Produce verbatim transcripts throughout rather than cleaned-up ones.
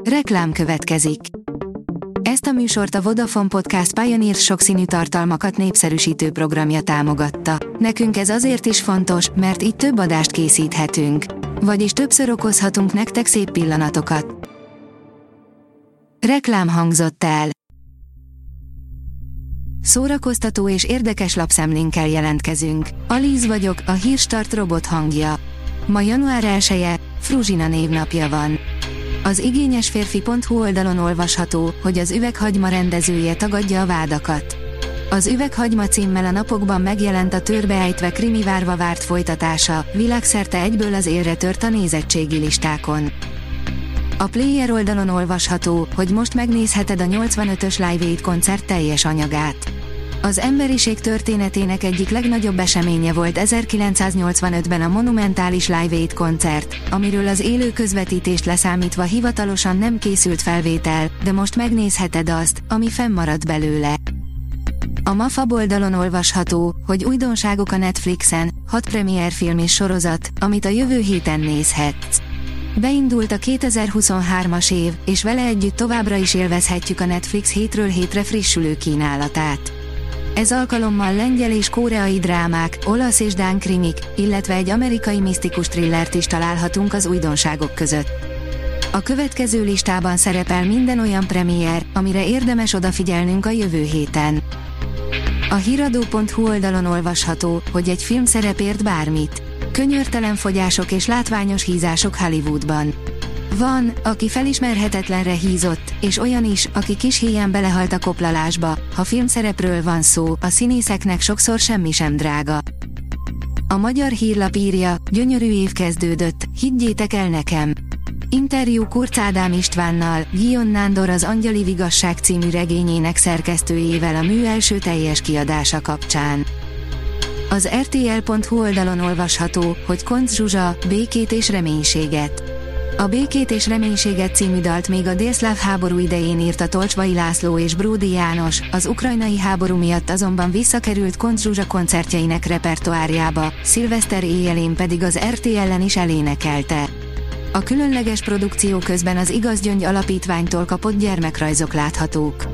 Reklám következik. Ezt a műsort a Vodafone Podcast Pioneer sokszínű tartalmakat népszerűsítő programja támogatta. Nekünk ez azért is fontos, mert így több adást készíthetünk. Vagyis többször okozhatunk nektek szép pillanatokat. Reklám hangzott el. Szórakoztató és érdekes lapszemlénkkel jelentkezünk. Alíz vagyok, a Hírstart robot hangja. Ma január elseje, Fruzsina névnapja van. Az igényes férfi pont hu oldalon olvasható, hogy az Üveghagyma rendezője tagadja a vádakat. Az Üveghagyma címmel a napokban megjelent a törbeejtve krimi várva várt folytatása, világszerte egyből az élre tört a nézettségi listákon. A Player oldalon olvasható, hogy most megnézheted a nyolcvanötös Live Aid koncert teljes anyagát. Az emberiség történetének egyik legnagyobb eseménye volt ezerkilencszáznyolcvanötben a monumentális Live Aid koncert, amiről az élő közvetítést leszámítva hivatalosan nem készült felvétel, de most megnézheted azt, ami fennmaradt belőle. A MAFAB oldalon olvasható, hogy újdonságok a Netflixen, hat premierfilm és sorozat, amit a jövő héten nézhetsz. Beindult a kétezer-huszonhármas év, és vele együtt továbbra is élvezhetjük a Netflix hétről hétre frissülő kínálatát. Ez alkalommal lengyel és koreai drámák, olasz és dán krimik, illetve egy amerikai misztikus thrillert is találhatunk az újdonságok között. A következő listában szerepel minden olyan premier, amire érdemes odafigyelnünk a jövő héten. A hiradó pont hu oldalon olvasható, hogy egy film szerepért bármit. Könyörtelen fogyások és látványos hízások Hollywoodban. Van, aki felismerhetetlenre hízott, és olyan is, aki kis híján belehalt a koplalásba. Ha filmszerepről van szó, a színészeknek sokszor semmi sem drága. A Magyar Hírlap írja, gyönyörű év kezdődött, higgyétek el nekem. Interjú Kurz Ádám Istvánnal, Guillaume Nándor az Angyali Vigasság című regényének szerkesztőjével a mű első teljes kiadása kapcsán. Az er té el pont hu oldalon olvasható, hogy Koncz Zsuzsa, Békét és reménységet. A Békét és reménységet című dalt még a délszláv háború idején írta Tolcsvai László és Bródy János, az ukrajnai háború miatt azonban visszakerült Koncz Zsuzsa koncertjeinek repertoárjába, szilveszter éjjelén pedig az er té ellen is elénekelte. A különleges produkció közben az Igaz Gyöngy Alapítványtól kapott gyermekrajzok láthatók.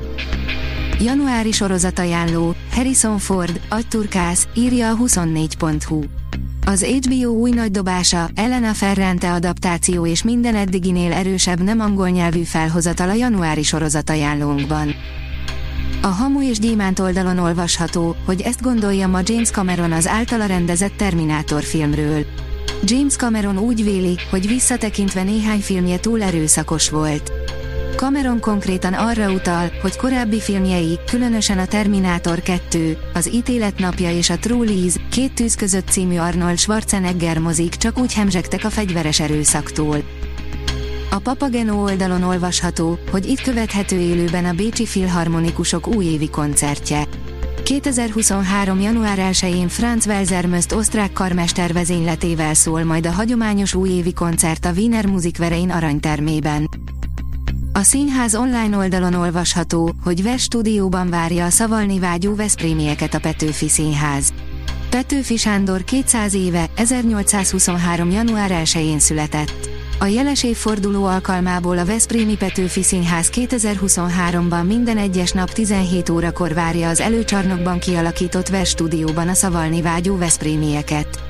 Januári sorozatajánló, Harrison Ford, agyturkász, írja a huszonnégy pont hu. Az há bé o új nagydobása, Elena Ferrante adaptáció és minden eddiginél erősebb nem angol nyelvű felhozatal a januári sorozatajánlónkban. A Hamu és Gyémánt oldalon olvasható, hogy ezt gondolja ma James Cameron az általa rendezett Terminátor filmről. James Cameron úgy véli, hogy visszatekintve néhány filmje túl erőszakos volt. Cameron konkrétan arra utal, hogy korábbi filmjei, különösen a Terminátor kettő, az Ítélet napja és a True Lies, Két tűz között című Arnold Schwarzenegger mozik csak úgy hemzsegtek a fegyveres erőszaktól. A Papageno oldalon olvasható, hogy itt követhető élőben a bécsi filharmonikusok újévi koncertje. kétezer-huszonhárom. január elsején Franz Welser Möst osztrák karmester vezényletével szól majd a hagyományos újévi koncert a Wiener Musikverein aranytermében. A színház online oldalon olvasható, hogy Vers stúdióban várja a szavalni vágyó veszprémieket a Petőfi Színház. Petőfi Sándor kétszáz éve, ezernyolcszázhuszonhárom. január elsején született. A jeles évforduló alkalmából a Veszprémi Petőfi Színház kétezer-huszonháromban minden egyes nap tizenhét órakor várja az előcsarnokban kialakított Vers stúdióban a szavalni vágyó veszprémieket.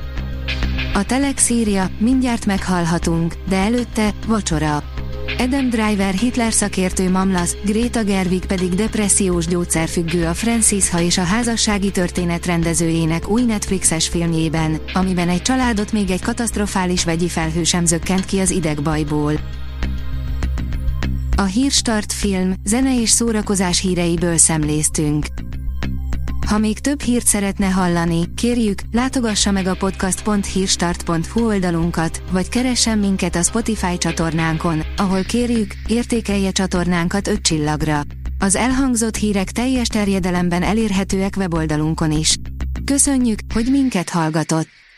A Telex írja, mindjárt meghalhatunk, de előtte, vacsora. Adam Driver Hitler szakértő mamlasz, Greta Gerwig pedig depressziós gyógyszerfüggő a Francis Ha és a házassági történet rendezőjének új Netflixes filmjében, amiben egy családot még egy katasztrofális vegyi felhő sem zökkent ki az idegbajból. A Hírstart film, zene és szórakozás híreiből szemléztünk. Ha még több hírt szeretne hallani, kérjük, látogassa meg a podcast pont hírstart pont hu oldalunkat, vagy keressen minket a Spotify csatornánkon, ahol kérjük, értékelje csatornánkat öt csillagra. Az elhangzott hírek teljes terjedelemben elérhetőek weboldalunkon is. Köszönjük, hogy minket hallgatott!